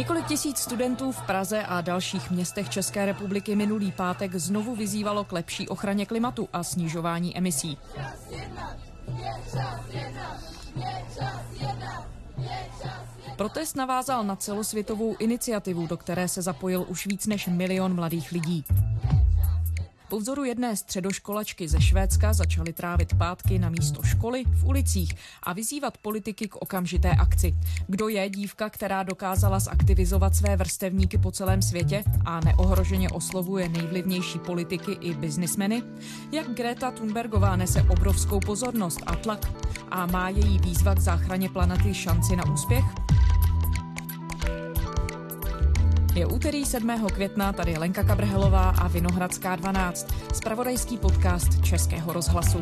Několik tisíc studentů v Praze a dalších městech České republiky minulý pátek znovu vyzývalo k lepší ochraně klimatu a snižování emisí. Protest navázal na celosvětovou iniciativu, do které se zapojil už víc než 1 milion mladých lidí. Po vzoru jedné středoškolačky ze Švédska začaly trávit pátky na místo školy v ulicích a vyzývat politiky k okamžité akci. Kdo je dívka, která dokázala zaktivizovat své vrstevníky po celém světě a neohroženě oslovuje nejvlivnější politiky i biznismeny? Jak Greta Thunbergová nese obrovskou pozornost a tlak? A má její výzva k záchraně planety šanci na úspěch? Je úterý 7. května, tady je Lenka Kabrhelová a Vinohradská 12, zpravodajský podcast Českého rozhlasu.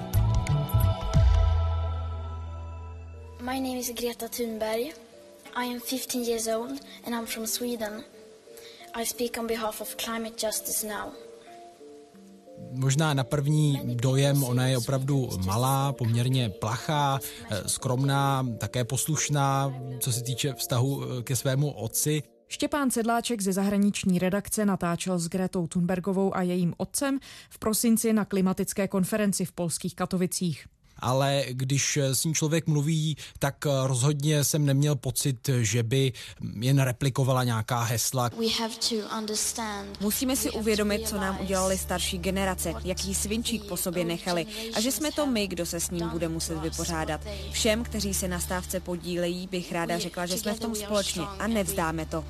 My name is Greta Thunberg. I am 15 years old and I'm from Sweden. I speak on behalf of climate justice now. Možná na první dojem ona je opravdu malá, poměrně plachá, skromná, také poslušná, co se týče vztahu ke svému otci. Štěpán Sedláček ze zahraniční redakce natáčel s Gretou Thunbergovou a jejím otcem v prosinci na klimatické konferenci v polských Katovicích. Ale když s ní člověk mluví, tak rozhodně jsem neměl pocit, že by jen replikovala nějaká hesla. Musíme si uvědomit, co nám udělali starší generace, jaký svinčík po sobě nechali a že jsme to my, kdo se s ním bude muset vypořádat. Všem, kteří se na stávce podílejí, bych ráda řekla, že jsme v tom společně a nevzdáme to.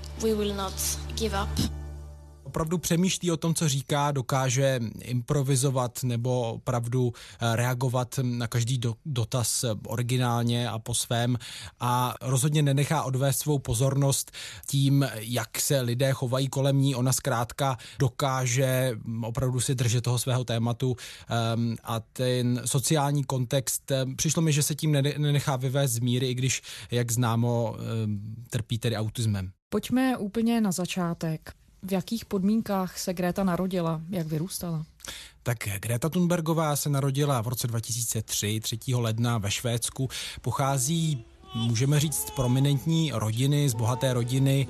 Opravdu přemýšlí o tom, co říká, dokáže improvizovat nebo opravdu reagovat na každý dotaz originálně a po svém a rozhodně nenechá odvést svou pozornost tím, jak se lidé chovají kolem ní. Ona zkrátka dokáže opravdu si držet toho svého tématu a ten sociální kontext, přišlo mi, že se tím nenechá vyvést z míry, i když, jak známo, trpí tedy autismem. Pojďme úplně na začátek. V jakých podmínkách se Greta narodila? Jak vyrůstala? Tak Greta Thunbergová se narodila v roce 2003, 3. ledna ve Švédsku. Pochází, můžeme říct, z prominentní rodiny, z bohaté rodiny.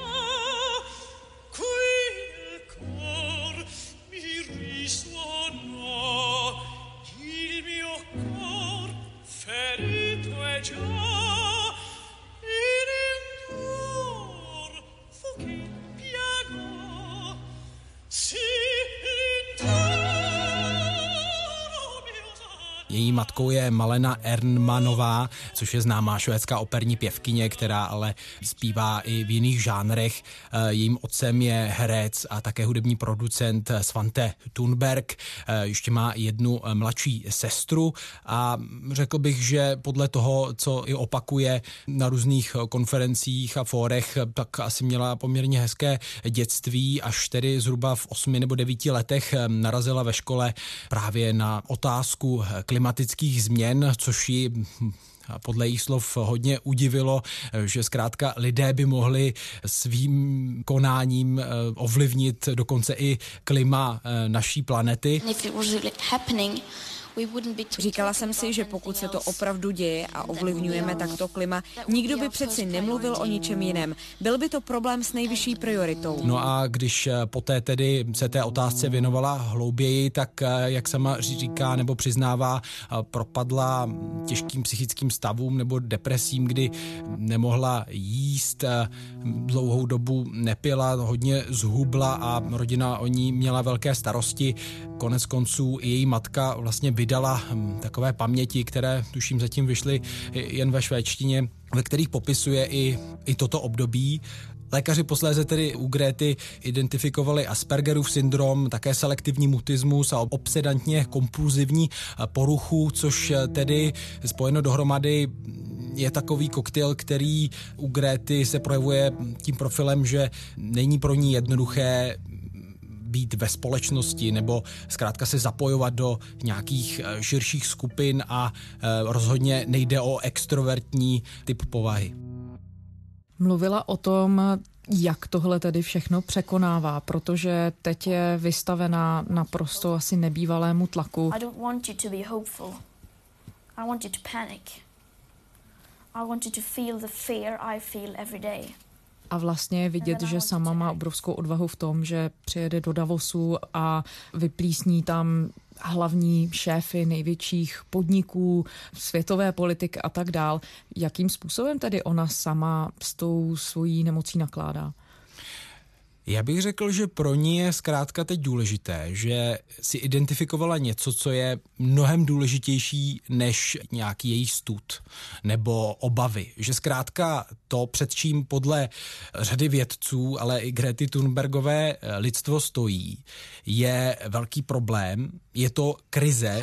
Její matkou je Malena Ernmanová, což je známá švédská operní pěvkyně, která ale zpívá i v jiných žánrech. Jejím otcem je herec a také hudební producent Svante Thunberg. Ještě má jednu mladší sestru a řekl bych, že podle toho, co i opakuje na různých konferencích a fórech, tak asi měla poměrně hezké dětství, až tedy zhruba v 8 nebo 9 letech narazila ve škole právě na otázku klimatických změn, což ji podle jejich slov hodně udivilo, že zkrátka lidé by mohli svým konáním ovlivnit dokonce i klima naší planety. Říkala jsem si, že pokud se to opravdu děje a ovlivňujeme takto klima, nikdo by přeci nemluvil o ničem jiném. Byl by to problém s nejvyšší prioritou. No a když poté tedy se té otázce věnovala hlouběji, tak jak sama říká nebo přiznává, propadla těžkým psychickým stavům nebo depresím, kdy nemohla jíst, dlouhou dobu nepila, hodně zhubla a rodina o ní měla velké starosti. Konec konců i její matka vlastně vydala takové paměti, které tuším zatím vyšly jen ve švédštině, ve kterých popisuje i toto období. Lékaři posléze tedy u Grety identifikovali Aspergerův syndrom, také selektivní mutismus a obsedantně kompulzivní poruchu, což tedy spojeno dohromady je takový koktejl, který u Grety se projevuje tím profilem, že není pro ní jednoduché být ve společnosti nebo zkrátka se zapojovat do nějakých širších skupin a rozhodně nejde o extrovertní typ povahy. Mluvila o tom, jak tohle tedy všechno překonává, protože teď je vystavená naprosto asi nebývalému tlaku. I don't want you to be hopeful. I want you to panic. I want you to feel the fear I feel every day. A vlastně je vidět, že sama má obrovskou odvahu v tom, že přijede do Davosu a vyplísní tam hlavní šéfy největších podniků, světové politiky a tak dál. Jakým způsobem tedy ona sama s tou svojí nemocí nakládá? Já bych řekl, že pro ní je zkrátka teď důležité, že si identifikovala něco, co je mnohem důležitější než nějaký její stud nebo obavy. Že zkrátka to, před čím podle řady vědců, ale i Grety Thunbergové lidstvo stojí, je velký problém, je to krize.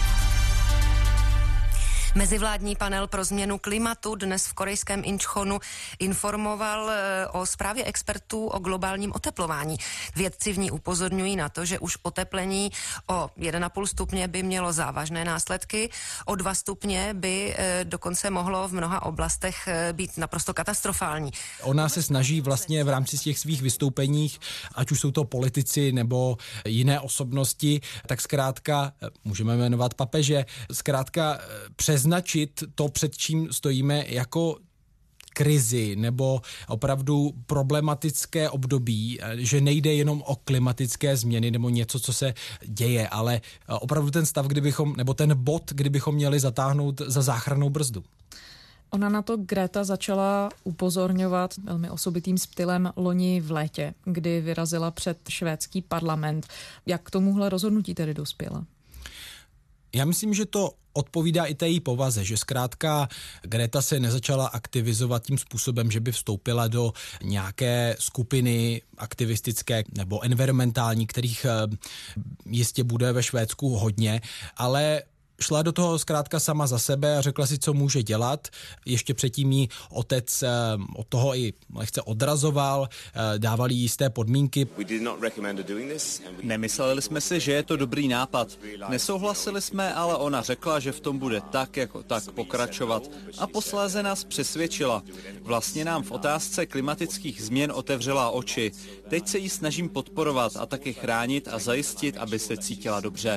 Mezivládní panel pro změnu klimatu dnes v korejském Incheonu informoval o zprávě expertů o globálním oteplování. Vědci v ní upozorňují na to, že už oteplení o 1,5 stupně by mělo závažné následky, o 2 stupně by dokonce mohlo v mnoha oblastech být naprosto katastrofální. Ona se snaží vlastně v rámci těch svých vystoupeních, ať už jsou to politici nebo jiné osobnosti, tak zkrátka, můžeme jmenovat papeže, zkrátka přeznačit to, před čím stojíme, jako krizi nebo opravdu problematické období, že nejde jenom o klimatické změny nebo něco, co se děje, ale opravdu ten stav, nebo ten bod, kdybychom měli zatáhnout za záchrannou brzdu. Ona na to Greta začala upozorňovat velmi osobitým stylem loni v létě, kdy vyrazila před švédský parlament. Jak k tomuhle rozhodnutí tedy dospěla? Já myslím, že to odpovídá i té její povaze, že zkrátka Greta se nezačala aktivizovat tím způsobem, že by vstoupila do nějaké skupiny aktivistické nebo environmentální, kterých jistě bude ve Švédsku hodně, ale šla do toho zkrátka sama za sebe a řekla si, co může dělat. Ještě předtím jí otec od toho i lehce odrazoval, dával jí jisté podmínky. Nemysleli jsme si, že je to dobrý nápad. Nesouhlasili jsme, ale ona řekla, že v tom bude tak jako tak pokračovat a posléze nás přesvědčila. Vlastně nám v otázce klimatických změn otevřela oči. Teď se jí snažím podporovat a taky chránit a zajistit, aby se cítila dobře.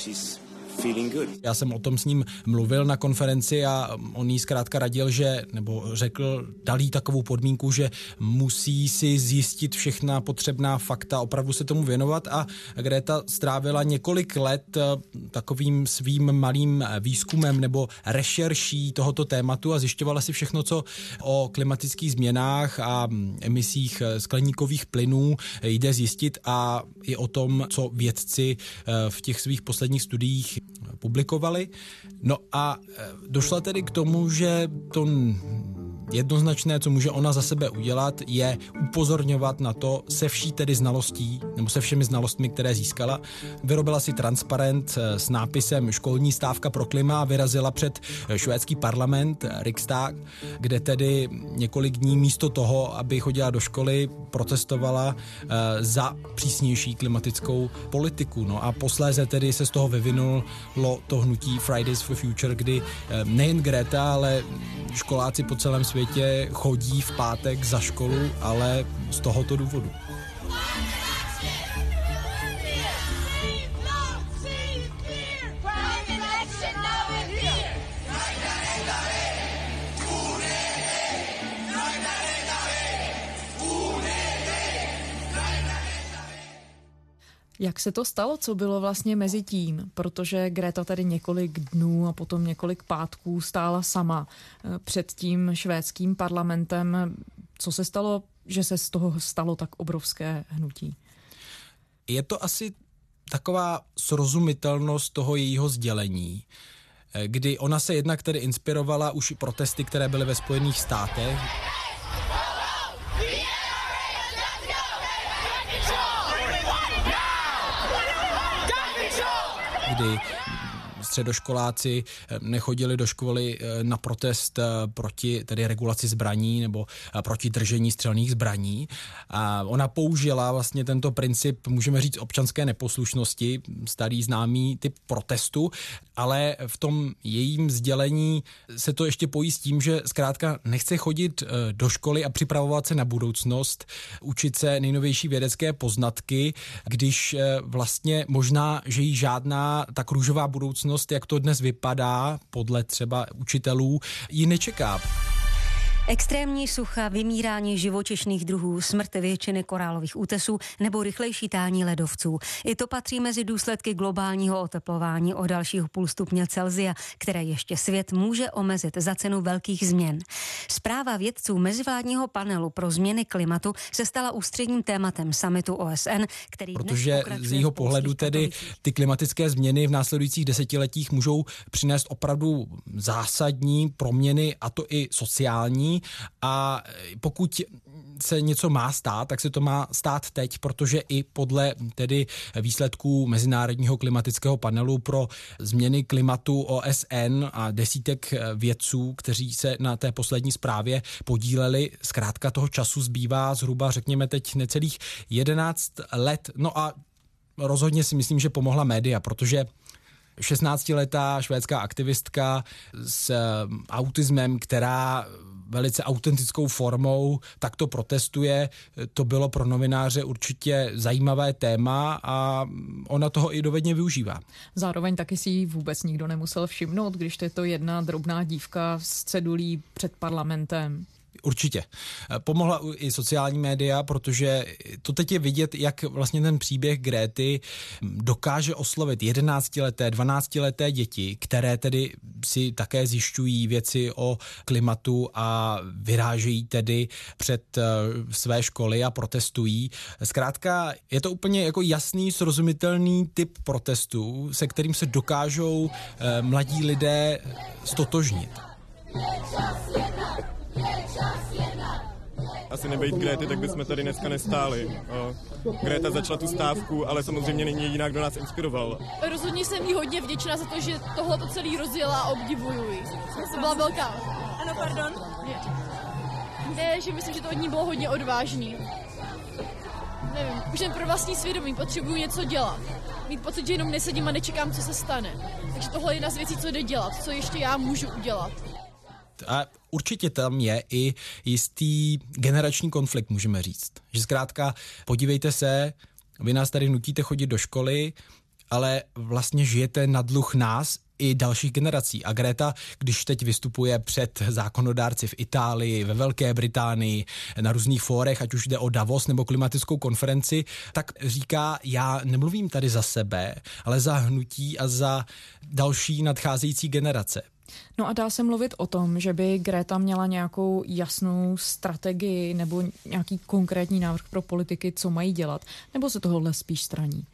Já jsem o tom s ním mluvil na konferenci a on jí zkrátka radil, dal jí takovou podmínku, že musí si zjistit všechna potřebná fakta, opravdu se tomu věnovat, a Greta strávila několik let takovým svým malým výzkumem nebo rešerší tohoto tématu a zjišťovala si všechno, co o klimatických změnách a emisích skleníkových plynů jde zjistit, a i o tom, co vědci v těch svých posledních studiích publikovali. No a došla tedy k tomu, že to jednoznačné, co může ona za sebe udělat, je upozorňovat na to se vší tedy znalostí, nebo se všemi znalostmi, které získala. Vyrobila si transparent s nápisem Školní stávka pro klima a vyrazila před švédský parlament Riksdag, kde tedy několik dní místo toho, aby chodila do školy, protestovala za přísnější klimatickou politiku. No a posléze tedy se z toho vyvinulo to hnutí Fridays for Future, kdy nejen Greta, ale školáci po celém světě chodí v pátek za školu, ale z tohoto důvodu. Jak se to stalo? Co bylo vlastně mezi tím? Protože Greta tady několik dnů a potom několik pátků stála sama před tím švédským parlamentem. Co se stalo, že se z toho stalo tak obrovské hnutí? Je to asi taková srozumitelnost toho jejího sdělení, kdy ona se jednak tedy inspirovala už protesty, které byly ve Spojených státech, kdy středoškoláci nechodili do školy na protest proti tedy regulaci zbraní nebo proti držení střelných zbraní. A ona použila vlastně tento princip, můžeme říct, občanské neposlušnosti, starý známý typ protestu, ale v tom jejím sdělení se to ještě pojí s tím, že zkrátka nechce chodit do školy a připravovat se na budoucnost, učit se nejnovější vědecké poznatky, když vlastně možná, že jí žádná tak růžová budoucnost, jak to dnes vypadá, podle třeba učitelů, ji nečeká. Extrémní sucha, vymírání živočišných druhů, smrt většiny korálových útesů nebo rychlejší tání ledovců. I to patří mezi důsledky globálního oteplování o dalšího 0,5 stupně Celsia, které ještě svět může omezit za cenu velkých změn. Zpráva vědců mezivládního panelu pro změny klimatu se stala ústředním tématem summitu OSN, který protože z jeho pohledu tedy ty klimatické změny v následujících desetiletích můžou přinést opravdu zásadní proměny, a to i sociální. A pokud se něco má stát, tak se to má stát teď, protože i podle tedy výsledků Mezinárodního klimatického panelu pro změny klimatu OSN a desítek vědců, kteří se na té poslední zprávě podíleli, zkrátka toho času zbývá zhruba, řekněme teď, necelých 11 let. No a rozhodně si myslím, že pomohla média, protože 16letá švédská aktivistka s autismem, která velice autentickou formou takto protestuje, to bylo pro novináře určitě zajímavé téma a ona toho i dovedně využívá. Zároveň taky si ji vůbec nikdo nemusel všimnout, když to je to jedna drobná dívka s cedulí před parlamentem. Určitě. Pomohla i sociální média, protože to teď je vidět, jak vlastně ten příběh Gréty dokáže oslovit 11leté, 12leté děti, které tedy si také zjišťují věci o klimatu a vyrážejí tedy před své školy a protestují. Zkrátka je to úplně jako jasný, srozumitelný typ protestů, se kterým se dokážou mladí lidé stotožnit. Asi nebejt Gréty, tak bychom tady dneska nestáli. Gréta začala tu stávku, ale samozřejmě není jediná, kdo nás inspiroval. Rozhodně jsem jí hodně vděčná za to, že tohle to celý rozjela a obdivuju ji. To byla velká. Ano, pardon? Ne, že myslím, že to od ní bylo hodně odvážný. Nevím, už jen pro vlastní svědomí potřebuju něco dělat. Mít pocit, že jenom nesedím a nečekám, co se stane. Takže tohle je jedna z věcí, co jde dělat, co ještě já můžu udělat. A určitě tam je i jistý generační konflikt, můžeme říct. Že zkrátka, podívejte se, vy nás tady nutíte chodit do školy, ale vlastně žijete na dluh nás i dalších generací. A Greta, když teď vystupuje před zákonodárci v Itálii, ve Velké Británii, na různých fórech, ať už jde o Davos nebo klimatickou konferenci, tak říká, já nemluvím tady za sebe, ale za hnutí a za další nadcházející generace. No a dá se mluvit o tom, že by Greta měla nějakou jasnou strategii nebo nějaký konkrétní návrh pro politiky, co mají dělat, nebo se tohohle spíš straní?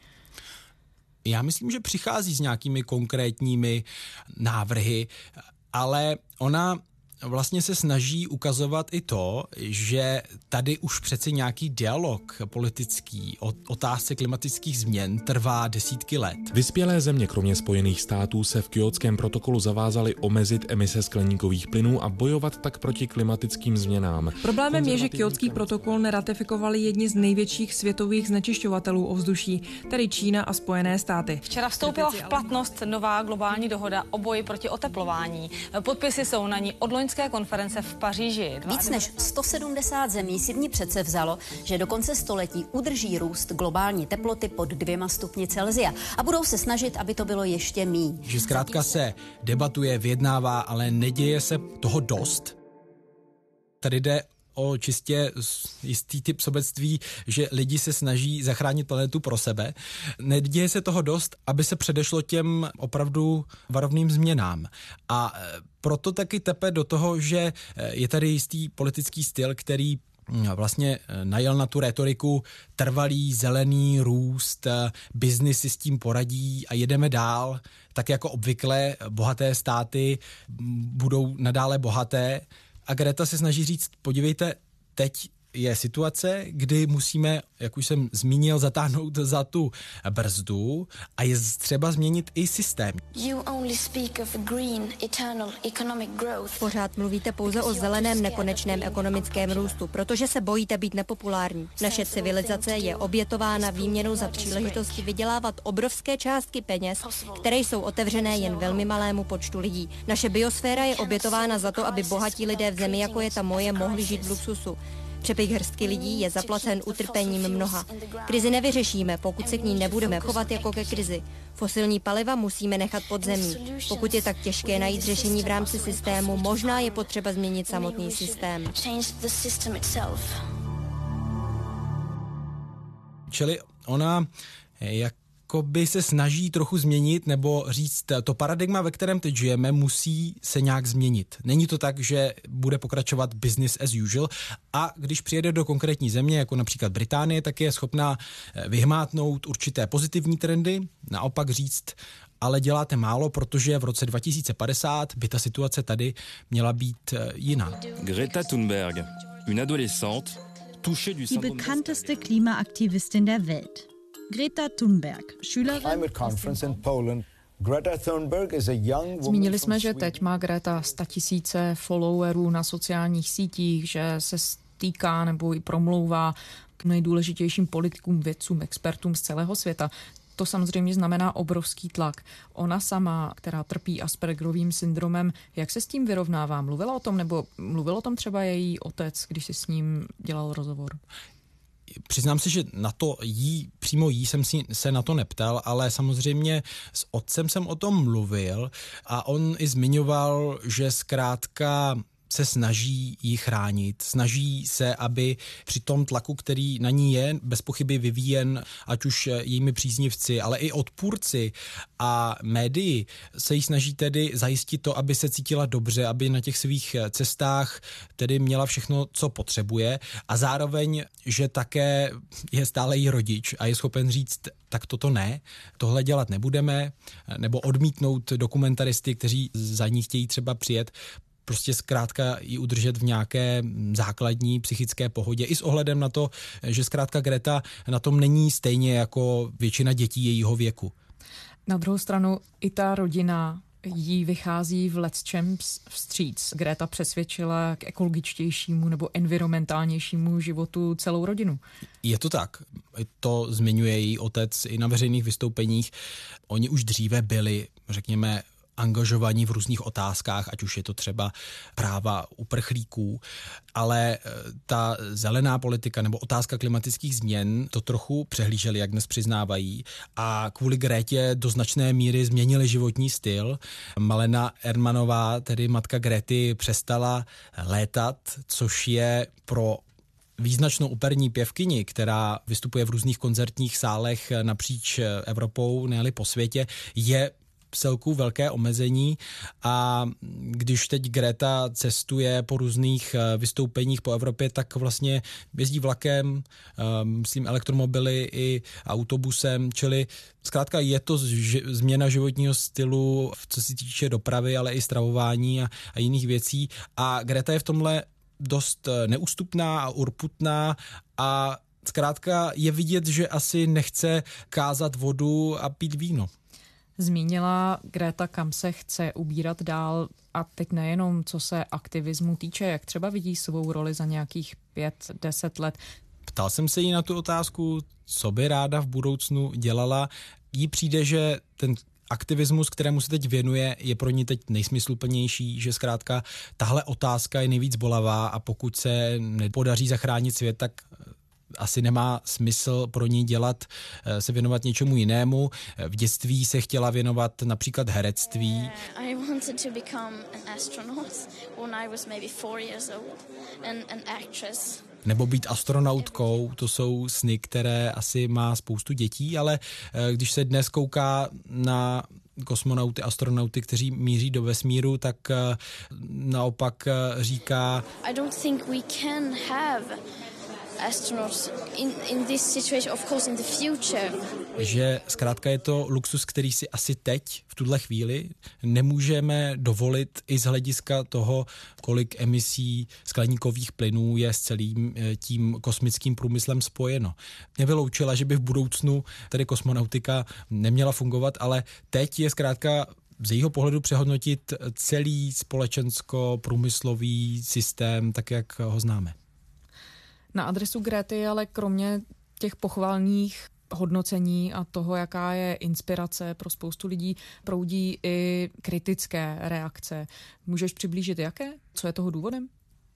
Já myslím, že přichází s nějakými konkrétními návrhy, ale ona vlastně se snaží ukazovat i to, že tady už přece nějaký dialog politický o otázce klimatických změn trvá desítky let. Vyspělé země kromě Spojených států se v Kjótském protokolu zavázaly omezit emise skleníkových plynů a bojovat tak proti klimatickým změnám. Problémem je, že Kjótský protokol neratifikovali jedni z největších světových znečišťovatelů ovzduší, tedy Čína a Spojené státy. Včera vstoupila v platnost nová globální dohoda o boji proti oteplování. Podpisy jsou na ní od loňské konference v Paříži. Víc než 170 zemí si v ní předsevzalo, že do konce století udrží růst globální teploty pod 2 stupni Celsia a budou se snažit, aby to bylo ještě míň. Že zkrátka se debatuje, vyjednává, ale neděje se toho dost. Tady jde o čistě jistý typ sobectví, že lidi se snaží zachránit planetu pro sebe. Neděje se toho dost, aby se předešlo těm opravdu varovným změnám. A proto taky tepe do toho, že je tady jistý politický styl, který vlastně najel na tu retoriku trvalý zelený růst, biznis si s tím poradí a jedeme dál. Tak jako obvykle bohaté státy budou nadále bohaté. A Greta se snaží říct, podívejte, teď je situace, kdy musíme, jak už jsem zmínil, zatáhnout za tu brzdu a je třeba změnit i systém. Pořád mluvíte pouze o zeleném nekonečném ekonomickém růstu, protože se bojíte být nepopulární. Naše civilizace je obětována výměnou za příležitosti vydělávat obrovské částky peněz, které jsou otevřené jen velmi malému počtu lidí. Naše biosféra je obětována za to, aby bohatí lidé v zemi, jako je ta moje, mohli žít v luxusu. Přepych hrstky lidí je zaplacen utrpením mnoha. Krizi nevyřešíme, pokud se k ní nebudeme chovat jako ke krizi. Fosilní paliva musíme nechat pod zemí. Pokud je tak těžké najít řešení v rámci systému, možná je potřeba změnit samotný systém. Čili ona jakoby se snaží trochu změnit, nebo říct, to paradigma, ve kterém teď žijeme, musí se nějak změnit. Není to tak, že bude pokračovat business as usual, a když přijede do konkrétní země, jako například Británie, tak je schopná vyhmátnout určité pozitivní trendy, naopak říct, ale děláte málo, protože v roce 2050 by ta situace tady měla být jiná. Greta Thunberg, une adolescente, touchée du Die bekannteste Klimaaktivistin der Welt. Greta Thunberg, Schülerin. Zmínili jsme, že teď má Greta 100 000 followerů na sociálních sítích, že se stýká nebo i promlouvá k nejdůležitějším politikům, vědcům, expertům z celého světa. To samozřejmě znamená obrovský tlak. Ona sama, která trpí Aspergerovým syndromem, jak se s tím vyrovnává? Mluvila o tom, nebo mluvil o tom třeba její otec, když si s ním dělal rozhovor? Přiznám se, že na to přímo jí jsem se na to neptal, ale samozřejmě s otcem jsem o tom mluvil a on i zmiňoval, že zkrátka se snaží ji chránit, snaží se, aby při tom tlaku, který na ní je, bez pochyby vyvíjen, ať už jejími příznivci, ale i odpůrci a médii, se jí snaží tedy zajistit to, aby se cítila dobře, aby na těch svých cestách tedy měla všechno, co potřebuje, a zároveň, že také je stále její rodič a je schopen říct, tak toto ne, tohle dělat nebudeme, nebo odmítnout dokumentaristy, kteří za ní chtějí třeba přijet, prostě zkrátka ji udržet v nějaké základní psychické pohodě. I s ohledem na to, že zkrátka Greta na tom není stejně jako většina dětí jejího věku. Na druhou stranu i ta rodina jí vychází v lecčem vstříc. Greta přesvědčila k ekologičtějšímu nebo environmentálnějšímu životu celou rodinu. Je to tak. To zmiňuje její otec i na veřejných vystoupeních. Oni už dříve byli, řekněme, angažovaní v různých otázkách, ať už je to třeba práva uprchlíků, ale ta zelená politika nebo otázka klimatických změn to trochu přehlíželi, jak dnes přiznávají, a kvůli Grétě do značné míry změnili životní styl. Malena Erdmanová, tedy matka Grety, přestala létat, což je pro význačnou operní pěvkyni, která vystupuje v různých koncertních sálech napříč Evropou, ne-li po světě, je vcelku velké omezení, a když teď Greta cestuje po různých vystoupeních po Evropě, tak vlastně jezdí vlakem, myslím elektromobily i autobusem, čili zkrátka je to změna životního stylu, co se týče dopravy, ale i stravování a jiných věcí, a Greta je v tomhle dost neústupná a urputná a zkrátka je vidět, že asi nechce kázat vodu a pít víno. Zmínila Greta, kam se chce ubírat dál, a teď nejenom co se aktivismu týče, jak třeba vidí svou roli za nějakých 5-10 let. Ptal jsem se jí na tu otázku, co by ráda v budoucnu dělala. Jí přijde, že ten aktivismus, kterému se teď věnuje, je pro ní teď nejsmysluplnější, že zkrátka tahle otázka je nejvíc bolavá, a pokud se nepodaří zachránit svět, tak asi nemá smysl pro ní se věnovat něčemu jinému. V dětství se chtěla věnovat například herectví. I wanted to become an astronaut when I was maybe 4 years old, and an actress. Nebo být astronautkou, to jsou sny, které asi má spoustu dětí, ale když se dnes kouká na kosmonauty, astronauty, kteří míří do vesmíru, tak naopak říká: I don't think we can have astronauts in this situation, of course in the future. Že zkrátka je to luxus, který si asi teď, v tuhle chvíli, nemůžeme dovolit i z hlediska toho, kolik emisí skleníkových plynů je s celým tím kosmickým průmyslem spojeno. Nevyloučila, že by v budoucnu tedy kosmonautika neměla fungovat, ale teď je zkrátka z jejího pohledu přehodnotit celý společensko-průmyslový systém, tak jak ho známe. Na adresu Grety, ale kromě těch pochvalných hodnocení a toho, jaká je inspirace pro spoustu lidí, proudí i kritické reakce. Můžeš přiblížit jaké? Co je toho důvodem?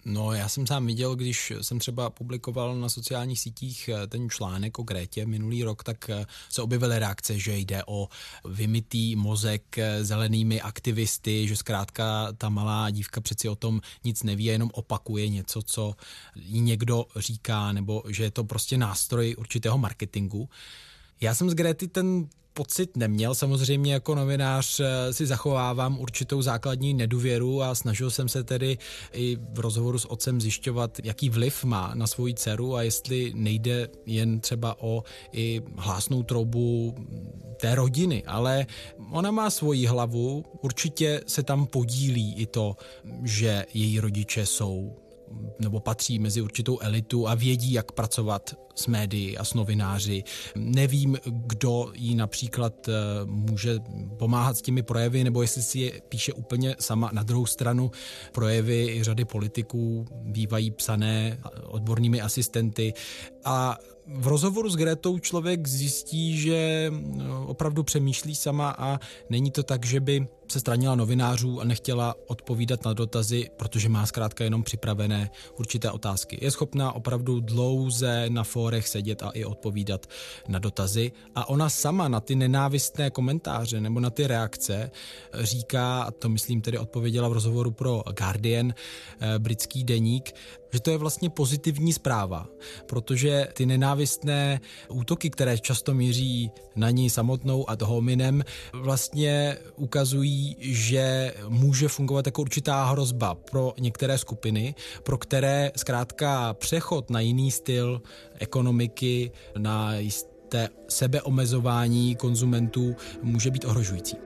No, já jsem sám viděl, když jsem třeba publikoval na sociálních sítích ten článek o Grétě minulý rok, tak se objevily reakce, že jde o vymytý mozek zelenými aktivisty, že zkrátka ta malá dívka přeci o tom nic neví, jenom opakuje něco, co jí někdo říká, nebo že je to prostě nástroj určitého marketingu. Já jsem z Gréty ten pocit neměl. Samozřejmě jako novinář si zachovávám určitou základní nedůvěru a snažil jsem se tedy i v rozhovoru s otcem zjišťovat, jaký vliv má na svoji dceru a jestli nejde jen třeba o i hlásnou troubu té rodiny, ale ona má svoji hlavu, určitě se tam podílí i to, že její rodiče jsou nebo patří mezi určitou elitu a vědí, jak pracovat s médií a s novináři. Nevím, kdo jí například může pomáhat s těmi projevy, nebo jestli si je píše úplně sama. Na druhou stranu projevy i řady politiků bývají psané odbornými asistenty a v rozhovoru s Grétou člověk zjistí, že opravdu přemýšlí sama a není to tak, že by se stranila novinářů a nechtěla odpovídat na dotazy, protože má zkrátka jenom připravené určité otázky. Je schopná opravdu dlouze na fórech sedět a i odpovídat na dotazy a ona sama na ty nenávistné komentáře nebo na ty reakce říká, a to myslím tedy odpověděla v rozhovoru pro Guardian, britský deník, že to je vlastně pozitivní zpráva, protože ty nenávistné útoky, které často míří na ní samotnou ad hominem, vlastně ukazují, že může fungovat jako určitá hrozba pro některé skupiny, pro které zkrátka přechod na jiný styl ekonomiky, na jisté sebeomezování konzumentů může být ohrožující.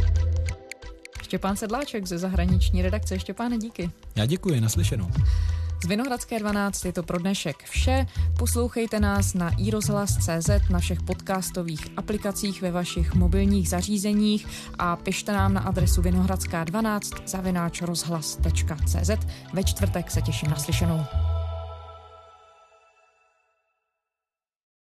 Štěpán Sedláček ze zahraniční redakce. Štěpáne, díky. Já děkuji, naslyšenou. Z Vinohradské 12 je to pro dnešek vše. Poslouchejte nás na iRozhlas.cz, na všech podcastových aplikacích ve vašich mobilních zařízeních a pište nám na adresu vinohradská12 @rozhlas.cz. Ve čtvrtek se těším na slyšenou.